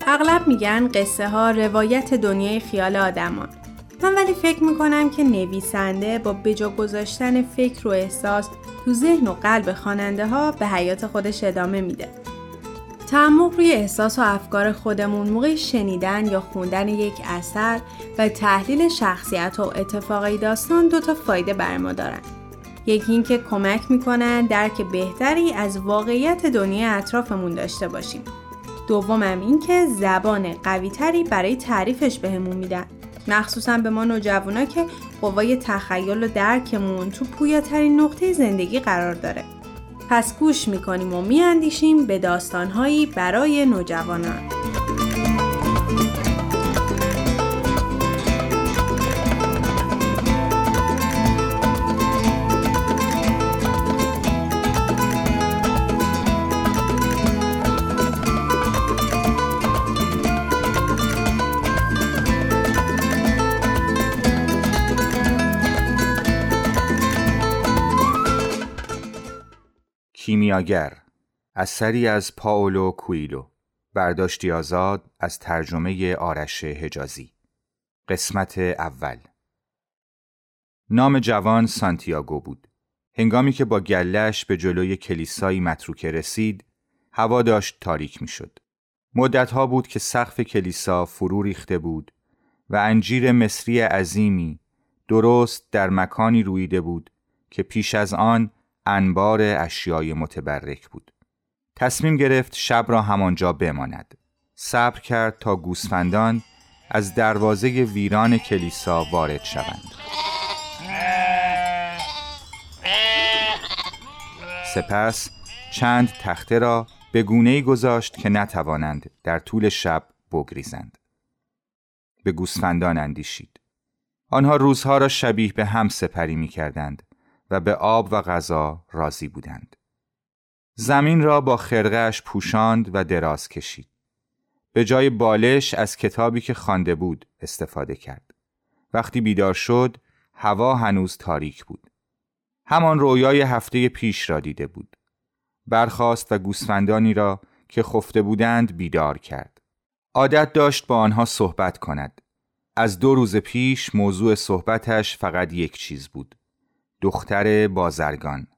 اغلب میگن قصه ها روایت دنیای خیال آدمان. من ولی فکر میکنم که نویسنده با بجا گذاشتن فکر و احساس تو ذهن و قلب خواننده ها به حیات خودش ادامه میده. تعمق روی احساس و افکار خودمون موقع شنیدن یا خوندن یک اثر و تحلیل شخصیت و اتفاقای داستان 2 فایده بر ما دارن. یکی این که کمک میکنن درک بهتری از واقعیت دنیای اطرافمون داشته باشیم. دومم این که زبان قوی‌تری برای تعریفش بهمون میدن. مخصوصا به ما نوجوانا که قوای تخیل و درکمون تو پویاترین نقطه زندگی قرار داره. پس گوش میکنیم و میاندیشیم به داستانهایی برای نوجوانان. کیمیاگر، اثری از پائولو کوئیلو، برداشتی آزاد از ترجمه آرش حجازی. قسمت اول. نام جوان سانتیاگو بود. هنگامی که با گله‌اش به جلوی کلیسایی متروکه رسید، هوا داشت تاریک می شد. مدتها بود که سقف کلیسا فرو ریخته بود و انجیر مصری عظیمی درست در مکانی رویده بود که پیش از آن انبار اشیای متبرک بود. تصمیم گرفت شب را همانجا بماند. صبر کرد تا گوسفندان از دروازه ویران کلیسا وارد شوند. سپس چند تخته را به گونه‌ای گذاشت که نتوانند در طول شب بگریزند. به گوسفندان اندیشید. آنها روزها را شبیه به هم سپری می‌کردند و به آب و غذا راضی بودند. زمین را با خرقه‌اش پوشاند و دراز کشید. به جای بالش از کتابی که خوانده بود استفاده کرد. وقتی بیدار شد، هوا هنوز تاریک بود. همان رویای هفته پیش را دیده بود. برخاست و گوسفندانی را که خفته بودند بیدار کرد. عادت داشت با آنها صحبت کند. از 2 روز پیش موضوع صحبتش فقط یک چیز بود: دختر بازرگان.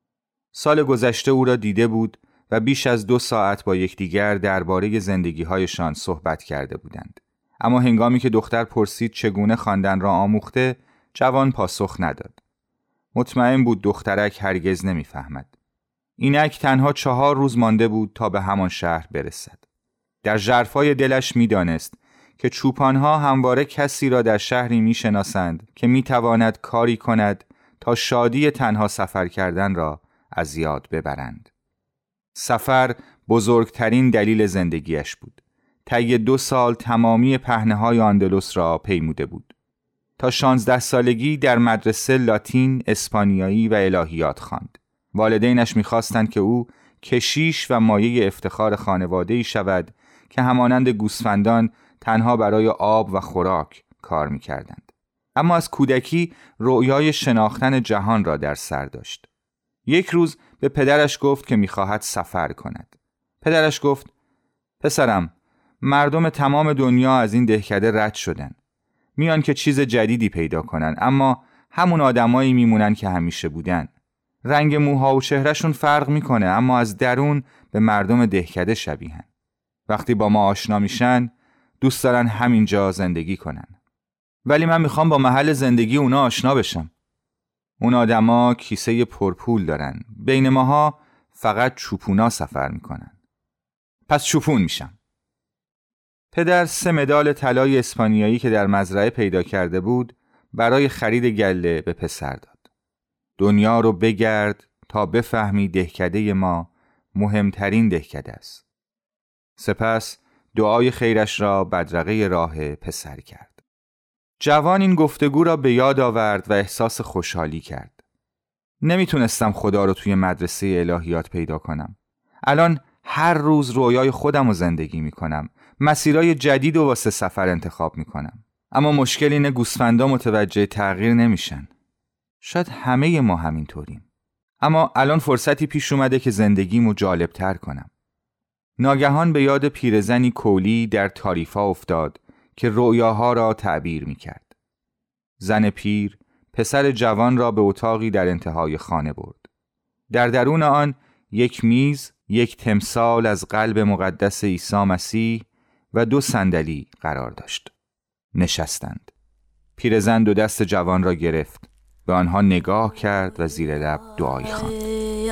سال گذشته او را دیده بود و بیش از 2 ساعت با یکدیگر درباره زندگی‌هایشان صحبت کرده بودند. اما هنگامی که دختر پرسید چگونه خواندن را آموخته، جوان پاسخ نداد. مطمئن بود دخترک هرگز نمی‌فهمد. اینک تنها 4 روز مانده بود تا به همان شهر برسد. در ژرفای دلش می‌دانست که چوپان‌ها همواره کسی را در شهری می‌شناسند که می‌تواند کاری کند تا شادی تنها سفر کردن را از یاد ببرند. سفر بزرگترین دلیل زندگیش بود. طی 2 سال تمامی پهنه‌های آندلس را پیموده بود. تا 16 سالگی در مدرسه لاتین، اسپانیایی و الهیات خواند. والدینش می‌خواستند که او کشیش و مایه افتخار خانواده‌ای شود که همانند گوسفندان تنها برای آب و خوراک کار می‌کردند. اما از کودکی رؤیای شناختن جهان را در سر داشت. یک روز به پدرش گفت که می‌خواهد سفر کند. پدرش گفت: پسرم، مردم تمام دنیا از این دهکده رد شدن. میان که چیز جدیدی پیدا کنن، اما همون آدمایی میمونن که همیشه بودن. رنگ موها و چهرهشون فرق میکنه، اما از درون به مردم دهکده شبیهن. وقتی با ما آشنا میشن، دوست دارن همینجا زندگی کنن. ولی من میخوام با محل زندگی اونا آشنا بشم. اون آدما کیسه پرپول دارن. بین ماها فقط چوپونا سفر میکنن. پس چوپون میشم. پدر 3 مدال طلای اسپانیایی که در مزرعه پیدا کرده بود برای خرید گله به پسر داد. دنیا رو بگرد تا بفهمی دهکده ما مهمترین دهکده است. سپس دعای خیرش را بدرقه راه پسر کرد. جوان این گفتگو را به یاد آورد و احساس خوشحالی کرد. نمیتونستم خدا رو توی مدرسه الهیات پیدا کنم. الان هر روز رویای خودم رو زندگی میکنم. مسیرهای جدید و واسه سفر انتخاب میکنم. اما مشکل اینه گوسفندا متوجه تغییر نمیشن. شاید همه ما همینطوریم. اما الان فرصتی پیش اومده که زندگیمو جالبتر کنم. ناگهان به یاد پیرزنی کولی در تاریفا افتاد که رؤیاها را تعبیر می کرد. زن پیر پسر جوان را به اتاقی در انتهای خانه برد. در درون آن یک میز، یک تمثال از قلب مقدس عیسی مسیح و 2 صندلی قرار داشت. نشستند. پیرزن 2 دست جوان را گرفت، به آنها نگاه کرد و زیر لب دعایی خواند.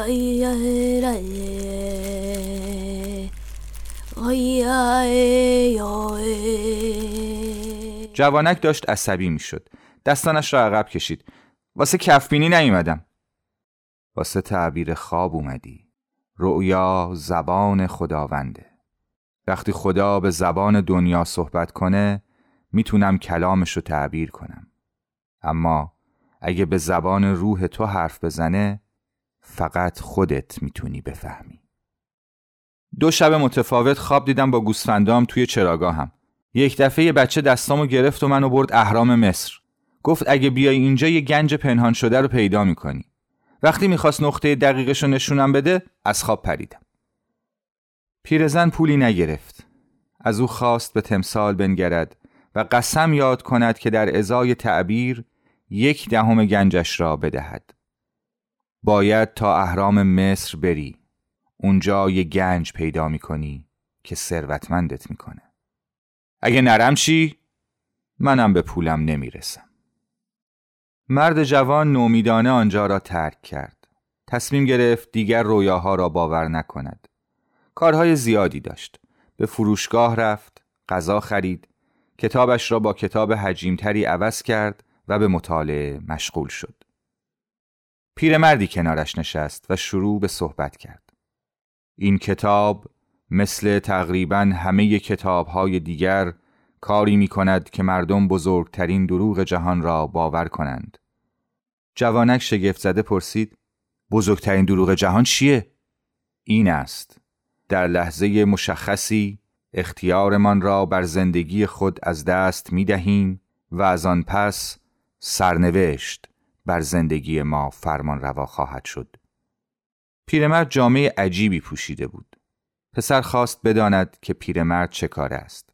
جوانک داشت عصبی می شد. دستانش را عقب کشید. واسه کفبینی نیومدم. واسه تعبیر خواب اومدی. رؤیا زبان خداونده. وقتی خدا به زبان دنیا صحبت کنه میتونم کلامشو تعبیر کنم. اما اگه به زبان روح تو حرف بزنه فقط خودت میتونی بفهمی. 2 شب متفاوت خواب دیدم با گوسفندام توی چراگاهم. یک دفعه یه بچه دستامو گرفت و منو برد اهرام مصر. گفت اگه بیای اینجا یه گنج پنهان شده رو پیدا میکنی. وقتی میخواست نقطه دقیقشو نشونم بده از خواب پریدم. پیرزن پولی نگرفت. از او خواست به تمثال بنگرد و قسم یاد کند که در ازای تعبیر 1/10 گنجش را بدهد. باید تا اهرام مصر بری. اونجا یه گنج پیدا میکنی که ثروتمندت میکنه. اگه نرم چی؟ منم به پولم نمیرسم. مرد جوان نومیدانه آنجا را ترک کرد. تصمیم گرفت دیگر رویاها را باور نکند. کارهای زیادی داشت. به فروشگاه رفت، غذا خرید، کتابش را با کتاب حجیمتری عوض کرد و به مطالعه مشغول شد. پیرمردی کنارش نشست و شروع به صحبت کرد. این کتاب مثل تقریباً همه کتاب‌های دیگر کاری می‌کند که مردم بزرگترین دروغ جهان را باور کنند. جوانک شگفت زده پرسید: بزرگترین دروغ جهان چیه؟ این است: در لحظه مشخصی اختیارمان را بر زندگی خود از دست می‌دهیم و از آن پس سرنوشت بر زندگی ما فرمان روا خواهد شد. پیرمرد جامه عجیبی پوشیده بود. پسر خواست بداند که پیرمرد چه کار است.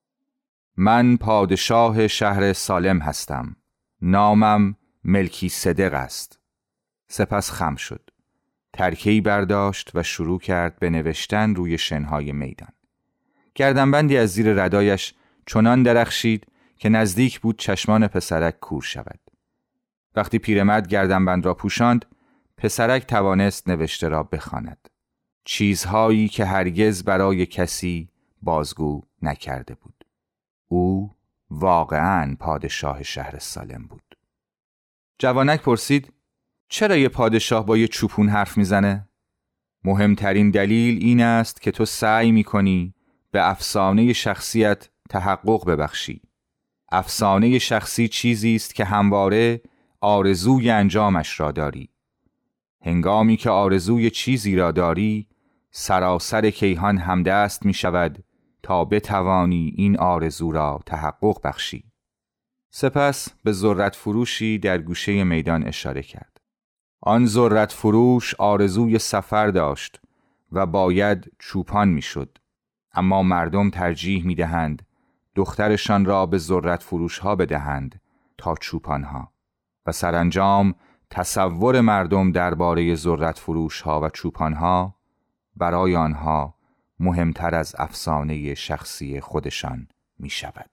من پادشاه شهر سالم هستم. نامم ملکی صدق است. سپس خم شد. ترکه‌ای برداشت و شروع کرد به نوشتن روی شنهای میدان. گردنبندی از زیر ردایش چنان درخشید که نزدیک بود چشمان پسرک کور شود. وقتی پیرمرد گردنبند را پوشاند، پسرک توانست نوشته را بخواند. چیزهایی که هرگز برای کسی بازگو نکرده بود. او واقعاً پادشاه شهر سالم بود. جوانک پرسید: چرا یه پادشاه با یه چوپون حرف میزنه؟ مهمترین دلیل این است که تو سعی میکنی به افسانه شخصیت تحقق ببخشی. افسانه شخصی چیزی است که همواره آرزوی انجامش را داری. هنگامی که آرزوی چیزی را داری، سراسر کیهان همدست می شود تا بتوانی این آرزو را تحقق بخشی. سپس به ذرت فروشی در گوشه میدان اشاره کرد. آن ذرت فروش آرزوی سفر داشت و باید چوپان می شد. اما مردم ترجیح می دهند دخترشان را به ذرت فروش ها بدهند تا چوپان ها و سرانجام تصور مردم درباره ذرت فروش ها و چوپان ها برای آنها مهمتر از افسانه شخصی خودشان می شود.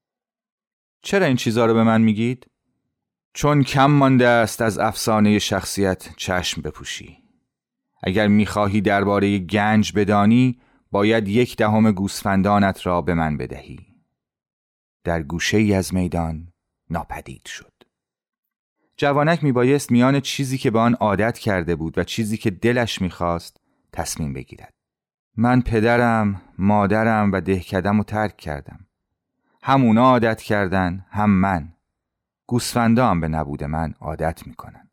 چرا این چیزا رو به من میگید؟ چون کم مانده است از افسانه شخصیت چشم بپوشی. اگر میخواهی درباره گنج بدانی، باید 1/10 گوسفندانت را به من بدهی. در گوشه ای از میدان ناپدید شد. جوانک میبایست میان چیزی که به آن عادت کرده بود و چیزی که دلش میخواست تصمیم بگیرد. من پدرم، مادرم و دهکدم رو ترک کردم. هم اونا عادت کردن، هم من. گوسفندا هم به نبود من عادت میکنن.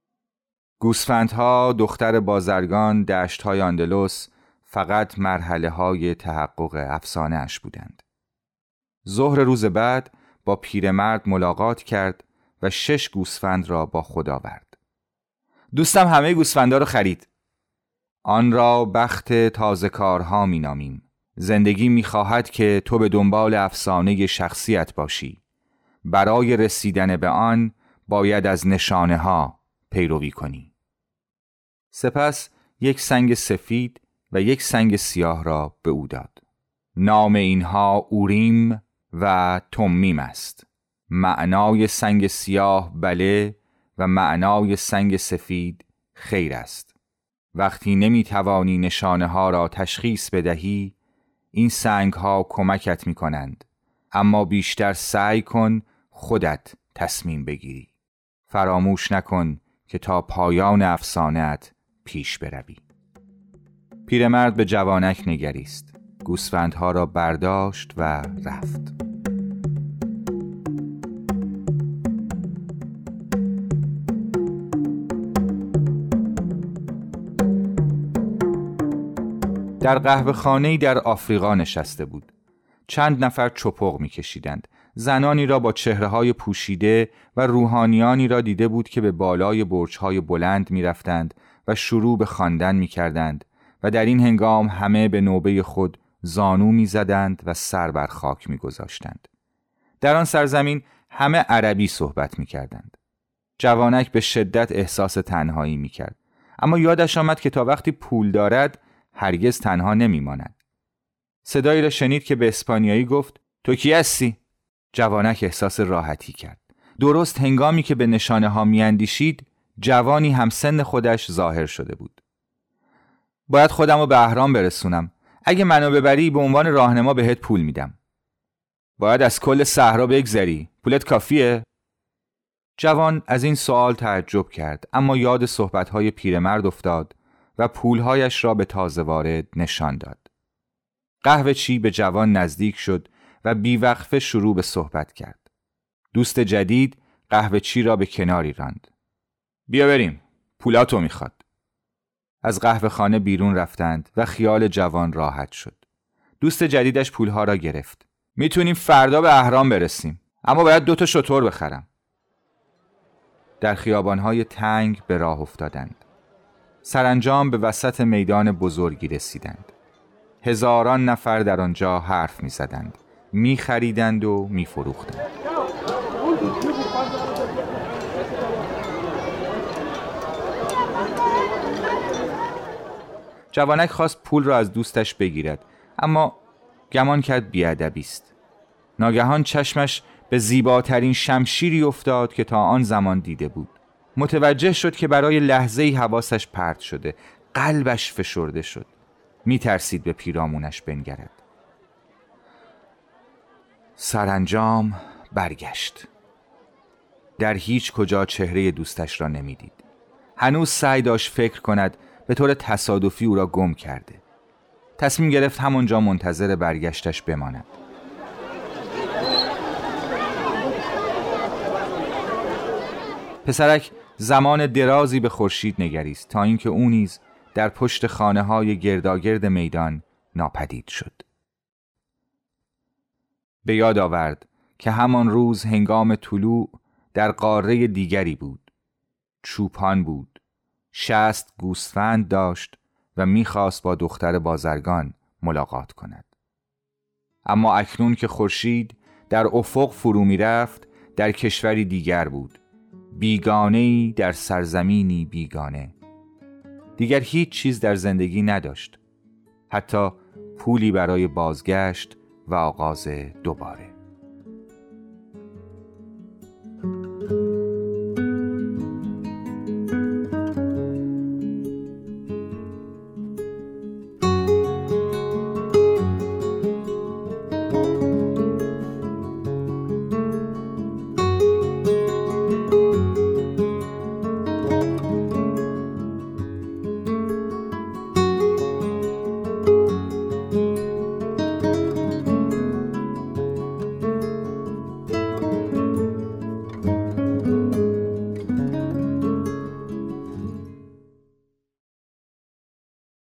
گوسفندها، دختر بازرگان، دشت‌های اندلس فقط مرحله های تحقق افسانه اش بودند. ظهر روز بعد با پیرمرد ملاقات کرد و 6 گوسفند را با خود آورد. دوستم همه گوسفندا رو خرید. آن را بخت تازه کارها می نامیم. زندگی می خواهد که تو به دنبال افسانه شخصیت باشی. برای رسیدن به آن باید از نشانه ها پیروی کنی. سپس یک سنگ سفید و یک سنگ سیاه را به او داد. نام اینها اوریم و تومیم است. معنای سنگ سیاه بله و معنای سنگ سفید خیر است. وقتی نمی توانی نشانه ها را تشخیص بدهی، این سنگ ها کمکت می کنند، اما بیشتر سعی کن خودت تصمیم بگیری. فراموش نکن که تا پایان افسانه‌ات پیش بروی. پیرمرد به جوانک نگریست، گوسفندها را برداشت و رفت. در قهوه خانه‌ای در آفریقا نشسته بود. چند نفر چپق می‌کشیدند. زنانی را با چهره‌های پوشیده و روحانیانی را دیده بود که به بالای برج‌های بلند می‌رفتند و شروع به خواندن می‌کردند و در این هنگام همه به نوبه خود زانو می‌زدند و سر بر خاک می‌گذاشتند. در آن سرزمین همه عربی صحبت می‌کردند. جوانک به شدت احساس تنهایی می‌کرد، اما یادش آمد که تا وقتی پول دارد هرگز تنها نمی‌ماند. صدایی را شنید که به اسپانیایی گفت: تو کی هستی؟ جوانک احساس راحتی کرد. درست هنگامی که به نشانه ها میاندیشید، جوانی همسن خودش ظاهر شده بود. باید خودم رو به اهرام برسونم. اگه منو ببری به عنوان راهنما بهت پول میدم. باید از کل صحرا بگذری. پولت کافیه؟ جوان از این سوال تعجب کرد، اما یاد صحبت‌های پیرمرد افتاد و پولهایش را به تازه وارد نشان داد. قهوه چی به جوان نزدیک شد و بیوقفه شروع به صحبت کرد. دوست جدید قهوه چی را به کناری راند. بیا بریم، پولاتو میخواد. از قهوه خانه بیرون رفتند و خیال جوان راحت شد. دوست جدیدش پولها را گرفت. میتونیم فردا به اهرام برسیم، اما باید 2 تا شتر بخرم. در خیابانهای تنگ به راه افتادند. سرانجام به وسط میدان بزرگی رسیدند. هزاران نفر در آنجا حرف می زدند، می خریدند و می فروختند. جوانک خواست پول را از دوستش بگیرد، اما گمان کرد بی‌ادبی است. ناگهان چشمش به زیباترین شمشیری افتاد که تا آن زمان دیده بود. متوجه شد که برای لحظه‌ای حواسش پرت شده، قلبش فشرده شد. می ترسید به پیرامونش بنگرد. سرانجام برگشت. در هیچ کجا چهره دوستش را نمی دید. هنوز سعی داشت فکر کند به طور تصادفی او را گم کرده. تصمیم گرفت همونجا منتظر برگشتش بماند. پسرک زمان درازی به خورشید نگریست تا اینکه او نیز در پشت خانه‌های گرداگرد میدان ناپدید شد. به یاد آورد که همان روز هنگام طلوع در قاره دیگری بود. چوپان بود. 60 گوسفند داشت و می‌خواست با دختر بازرگان ملاقات کند. اما اکنون که خورشید در افق فرو می‌رفت، در کشوری دیگر بود. بیگانه‌ای در سرزمینی بیگانه. دیگر هیچ چیز در زندگی نداشت، حتی پولی برای بازگشت و آغاز دوباره.